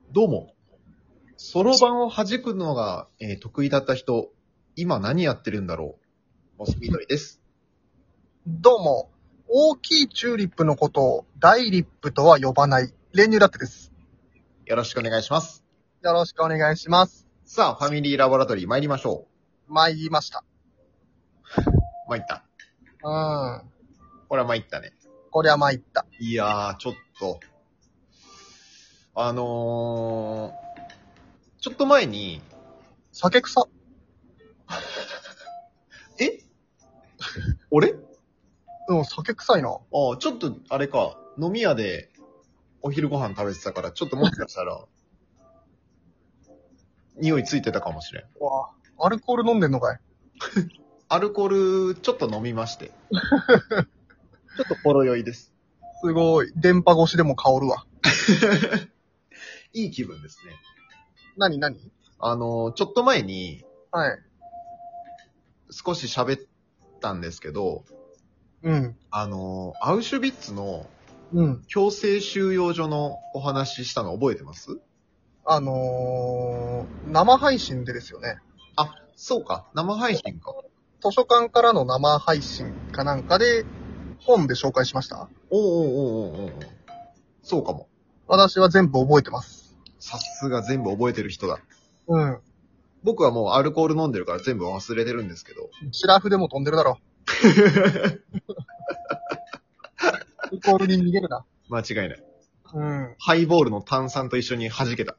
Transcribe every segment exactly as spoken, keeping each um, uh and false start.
どうも。そろばんを弾くのが、えー得意だった人、今何やってるんだろう。モスミドリです。 どうも、大きいチューリップのことを大リップとは呼ばない練乳ラテです。 よろしくお願いします。 よろしくお願いします。 さあ、ファミリーラボラトリー参りましょ参りました。 う。参った。 うーん。 これは参ったね。 こりゃ参った。 いやー、ちょっと。あのー、ちょっと前に、 酒臭。 え俺うん、酒臭いな。 ああ、ちょっと、あれか、飲み屋でお昼ご飯食べてたから、ちょっともしかしたら、匂いついてたかもしれん。 うわアルコール飲んでんのかい。 アルコール、ちょっと飲みまして。ちょっとほろ酔いです。 すごい。電波越しでも香るわ。 いい気分ですね。 なになにあの、ちょっと前にはい。 少し喋ったんですけど、 うん。 あの、アウシュビッツのうん。 強制収容所のお話ししたの覚えてます？ あのー、生配信でですよね。 あ、そうか。生配信か。 図書館からの生配信かなんかで、本で紹介しました。 おうおうおうおうおう。そうかも。 私は全部覚えてます。 さすが全部覚えてる人だ。 うん。 僕はもうアルコール飲んでるから全部忘れてるんですけど。 シラフでも飛んでるだろ。アルコールに逃げるな。 間違いない。 うん。 ハイボールの炭酸と一緒に弾けた。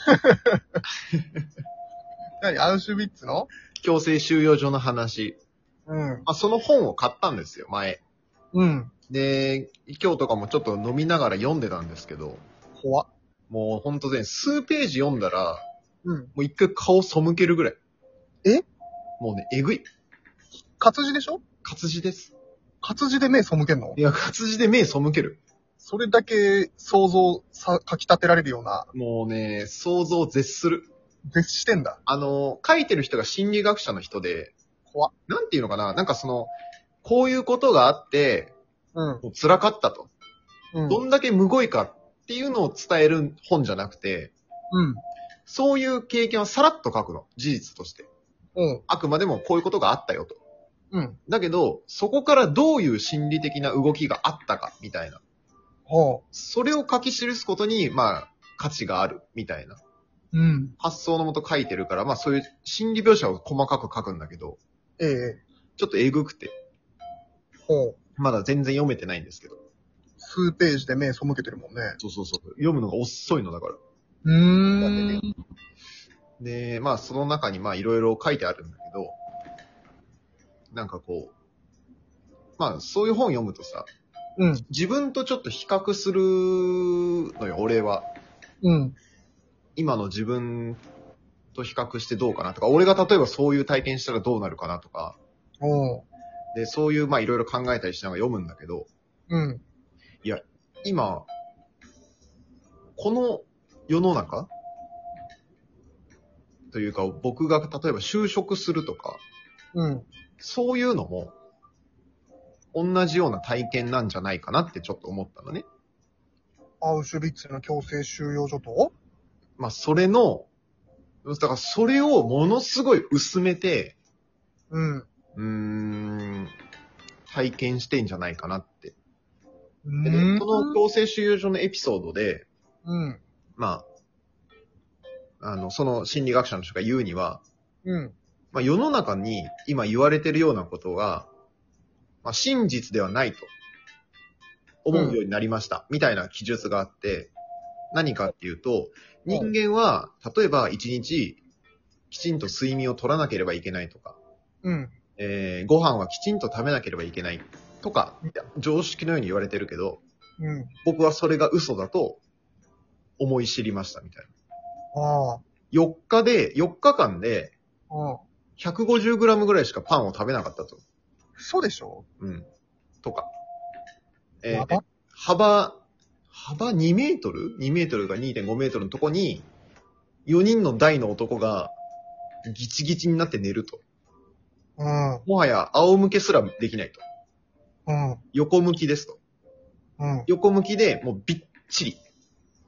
何アウシュビッツの強制収容所の話。 うん。 まあ、その本を買ったんですよ、前。 うん。 で、今日とかもちょっと飲みながら読んでたんですけど、 怖っ。 もうほんとね、数ページ読んだら、 うん。 もう一回顔背けるぐらい。 えもうね、えぐい。 活字でしょ活字です。 活字で目背けんのいや、活字で目背ける。 それだけ想像さ、書き立てられるような、 もうね、想像を絶する。 絶してんだ。 あの、書いてる人が心理学者の人で、 怖っ。 なんていうのかな、なんかその、こういうことがあって、 うん。 もう辛かったと。 うん。 どんだけむごいかっていうのを伝える本じゃなくて、 うん。 そういう経験をさらっと書くの。事実として。 うん。 あくまでもこういうことがあったよと。 うん。 だけど、そこからどういう心理的な動きがあったか、みたいな。 ほそれを書き記すことに、まあ、価値がある、みたいな。 う。うん。 発想のもと書いてるから、まあそういう心理描写を細かく書くんだけど、 ええ。 ちょっとえぐくて、 ほう。 まだ全然読めてないんですけど。 数ページで目背けてるもんね。 そうそうそう。読むのが遅いのだから。 うーん。 で、まあその中にまあいろいろ書いてあるんだけど、なんかこう、まあそういう本読むとさ、 うん。 自分とちょっと比較するのよ、俺は。 うん。 今の自分と比較してどうかなとか、俺が例えばそういう体験したらどうなるかなとか、 おう。 で、そういうまあいろいろ考えたりしながら読むんだけど、 うん。 いや、今、この世の中というか、僕が例えば就職するとか、 うん。 そういうのも、同じような体験なんじゃないかなってちょっと思ったのね。 アウシュビッツの強制収容所とまあ、それの、だからそれをものすごい薄めて、 うん。 うーん、体験してんじゃないかなって。 うでね、 ーん。 この強制収容所のエピソードで、 うん。 まあ、あの、その心理学者の人が言うには、 うん。 まあ、世の中に今言われてるようなことが、まあ、真実ではないと思うようになりました、みたいな記述があって、何かっていうと、人間は、例えば一日きちんと睡眠を取らなければいけないとか、 うん。 えー、ご飯はきちんと食べなければいけないとか、常識のように言われてるけど、 うん。 僕はそれが嘘だと思い知りましたみたいな。 ああ。 よっかで、よっかかんで、 ああ。 ひゃくごじゅうグラムぐらいしかパンを食べなかったと。 嘘でしょうん。とか。えー、 やば。 幅、幅にメートル ?に メートルがにてんごメートルのとこに、よにんの大の男がギチギチになって寝ると。 うん。 もはや仰向けすらできないと。 うん。 横向きですと。 うん。 横向きでもうびっちり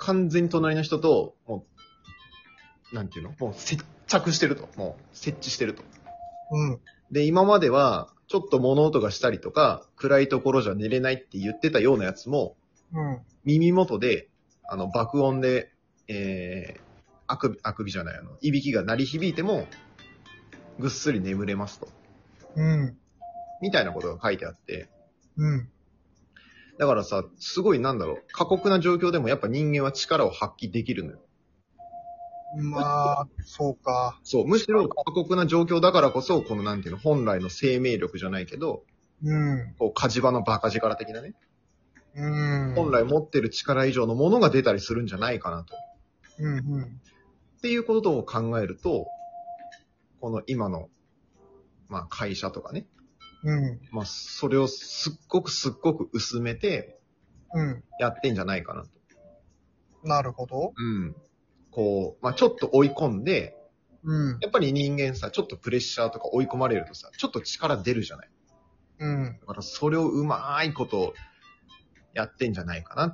完全に隣の人と、もう、なんていうのもう接着してると。もう設置してると。 うん。 で、今までは、ちょっと物音がしたりとか、暗いところじゃ寝れないって言ってたようなやつも、 うん。 耳元で、あの、爆音で、えー、あくび、あくびじゃない、あの、いびきが鳴り響いても、ぐっすり眠れますと。 うん。 みたいなことが書いてあって。 うん。 だからさ、すごいなんだろう、過酷な状況でもやっぱ人間は力を発揮できるのよ。 まあ、そうか。 そう、むしろ過酷な状況だからこそ、このなんていうの、本来の生命力じゃないけど、 うん。 こう、火事場のバカ力的なね、 うん。 本来持ってる力以上のものが出たりするんじゃないかなと。 うん。うん。 っていうことを考えると、この今の、まあ会社とかね、 うん。 まあそれをすっごくすっごく薄めてうん。 やってんじゃないかなと。 なるほど。 うん。こう、まあちょっと追い込んで、 うん。 やっぱり人間さ、ちょっとプレッシャーとか追い込まれるとさ、ちょっと力出るじゃない。 うん。 だからそれをうまいことやってんじゃないかな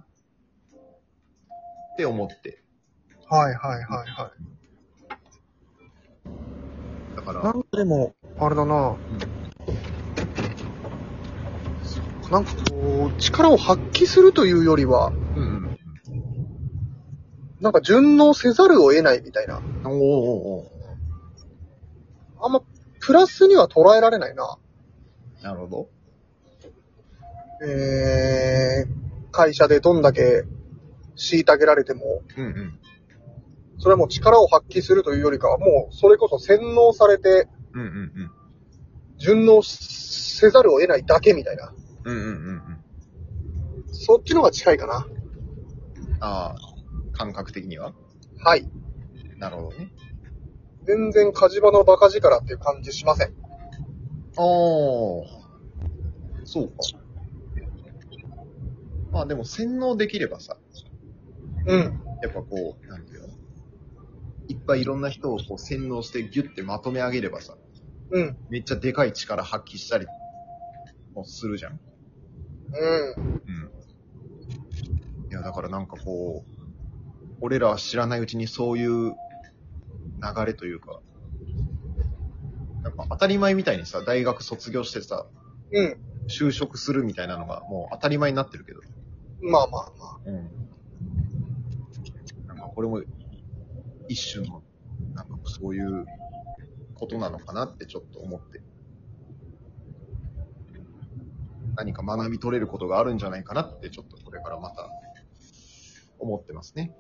って思って。 はいはいはいはだから、 い。なんかでも、あれだな。 うんなんかこう、力を発揮するというよりは、 うんうん。 なんか順応せざるを得ないみたいな。 おーおーおあんま、プラスには捉えられないな。 ーなるほど。 えー、会社でどんだけ虐げられても、 うんうん。 それはもう力を発揮するというよりかは、もうそれこそ洗脳されて、 うんうんうん。 順応せざるを得ないだけみたいな。 うんうんうんうん。 そっちの方が近いかな。 ああ、感覚的にははい。 なるほどね。 全然火事場のバカ力っていう感じしません。 ああ、そうか。まあでも洗脳できればさ、 うん。 やっぱこう、なんていうのいっぱいいろんな人をこう洗脳してギュッてまとめ上げればさ、 うん。 めっちゃでかい力発揮したりもするじゃん。 うん。 うん。いや、だからなんかこう、俺らは知らないうちにそういう流れというか、なんか当たり前みたいにさ、大学卒業してさ、 うん。 就職するみたいなのがもう当たり前になってるけど。 まあまあまあ。 うん。なんかこれも一種の、なんかそういうことなのかなってちょっと思って。何か学び取れることがあるんじゃないかなってちょっとこれからまた思ってますね。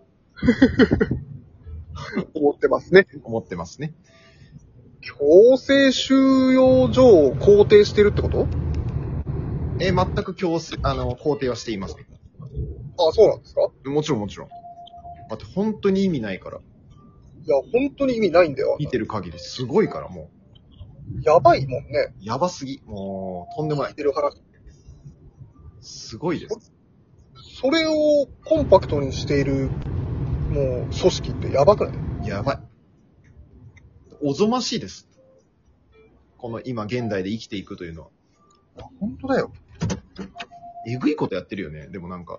思ってますね。 思ってますね。 強制収容所を肯定してるってこと？ えー、全く強制、あの、肯定はしています。 あ、そうなんですか？ もちろんもちろん。だって本当に意味ないから。 いや、本当に意味ないんだよ。 見てる限りすごいからもやばいもんね。 う、やばすぎ。もう、とんでもない言っ。てる話。 すごいです。 それをコンパクトにしている、もう、組織ってやばくない？ やばい。おぞましいです。この今現代で生きていくというのは。 本当だよ。 えぐいことやってるよね。でもなんか。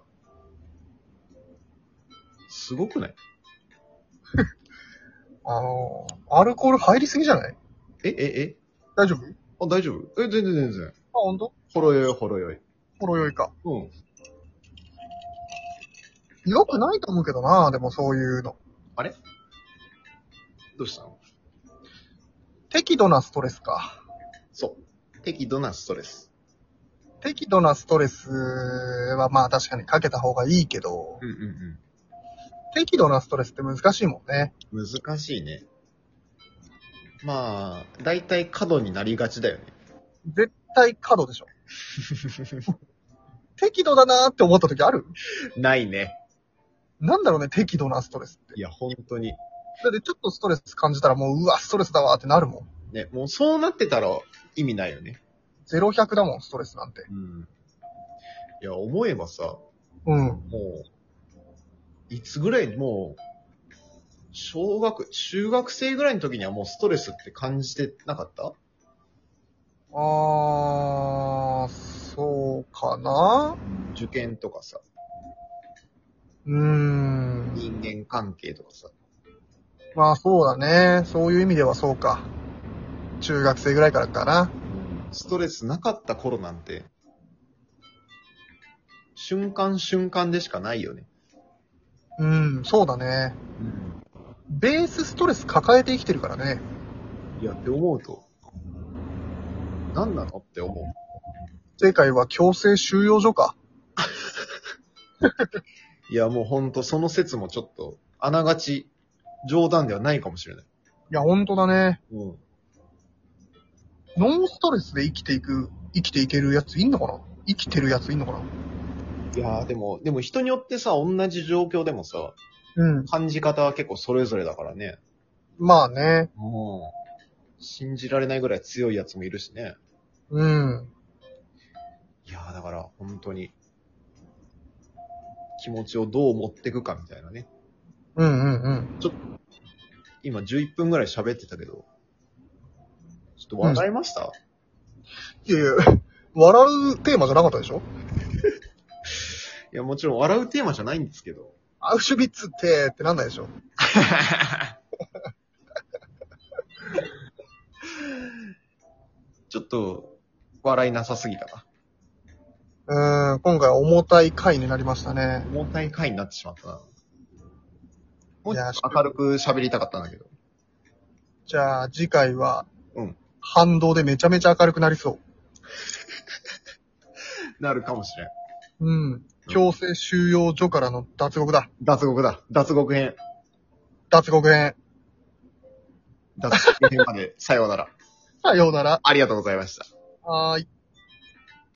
すごくない？ あのー、アルコール入りすぎじゃない？ え、え、え大丈夫？ あ、大丈夫？え、全然全然。 あ、本当？ ほろよいほろよい。 ほろ酔いか。 うん。 よくないと思うけどな、でもそういうの。 あれどうしたの？ 適度なストレスか。 そう。適度なストレス。 適度なストレスはまあ確かにかけた方がいいけど、 うんうん適度なストレスって難しいもんね。 うん。難しいね。まあ、だいたい過度になりがちだよね。 絶対過度でしょ。適度だなーって思った時ある？ ないね。 なんだろうね、適度なストレスって。 いや、本当に。 だってちょっとストレス感じたらもう、うわ、ストレスだわーってなるもん。 ね、もうそうなってたら意味ないよね。 ゼロひゃくだもん、ストレスなんて。 うん。いや、思えばさ、 うん。 もう、いつぐらい、もう、小学、中学生ぐらいの時にはもうストレスって感じてなかった？ あー、そうかな？ 受験とかさ。 うーん。 人関係とかさ。 まあそうだね。そういう意味ではそうか。中学生ぐらいからかな。 ストレスなかった頃なんて、瞬間瞬間でしかないよね。 うん、そうだね。 うん。 ベースストレス抱えて生きてるからね。 いや、って思うと、何なのって思う。 正解は強制収容所か。 いや、もうほんとその説もちょっと、あながち冗談ではないかもしれない。 いや、ほんとだね。 うん。 ノンストレスで生きていく、生きていけるやついんのかな？生きてるやついんのかな？ いやーでも、でも人によってさ、同じ状況でもさ、 うん。 感じ方は結構それぞれだからね。 まあね。 うん。信じられないぐらい強いやつもいるしね。 うん。 いやーだから本当に、気持ちをどう持っていくかみたいなね。 うんうんうん。 ちょっと、今じゅういっぷんぐらい喋ってたけど、ちょっと笑いました、 いやいや、笑うテーマじゃなかったでしょ？ いや、もちろん笑うテーマじゃないんですけど。 アウシュビッツってってなんないでしょ？ ちょっと、笑いなさすぎたか。 うーん、今回は重たい回になりましたね。 重たい回になってしまったな。もうちょいやっと明るく喋りたかったんだけど。 じゃあ次回は、 うん。 反動でめちゃめちゃ明るくなりそなるかもしれん。 う。うん。強制収容所からの脱獄だ。 脱獄だ。脱獄編。 脱獄編。 脱獄編まで、さようなら。 さようなら。 ありがとうございました。 はーい。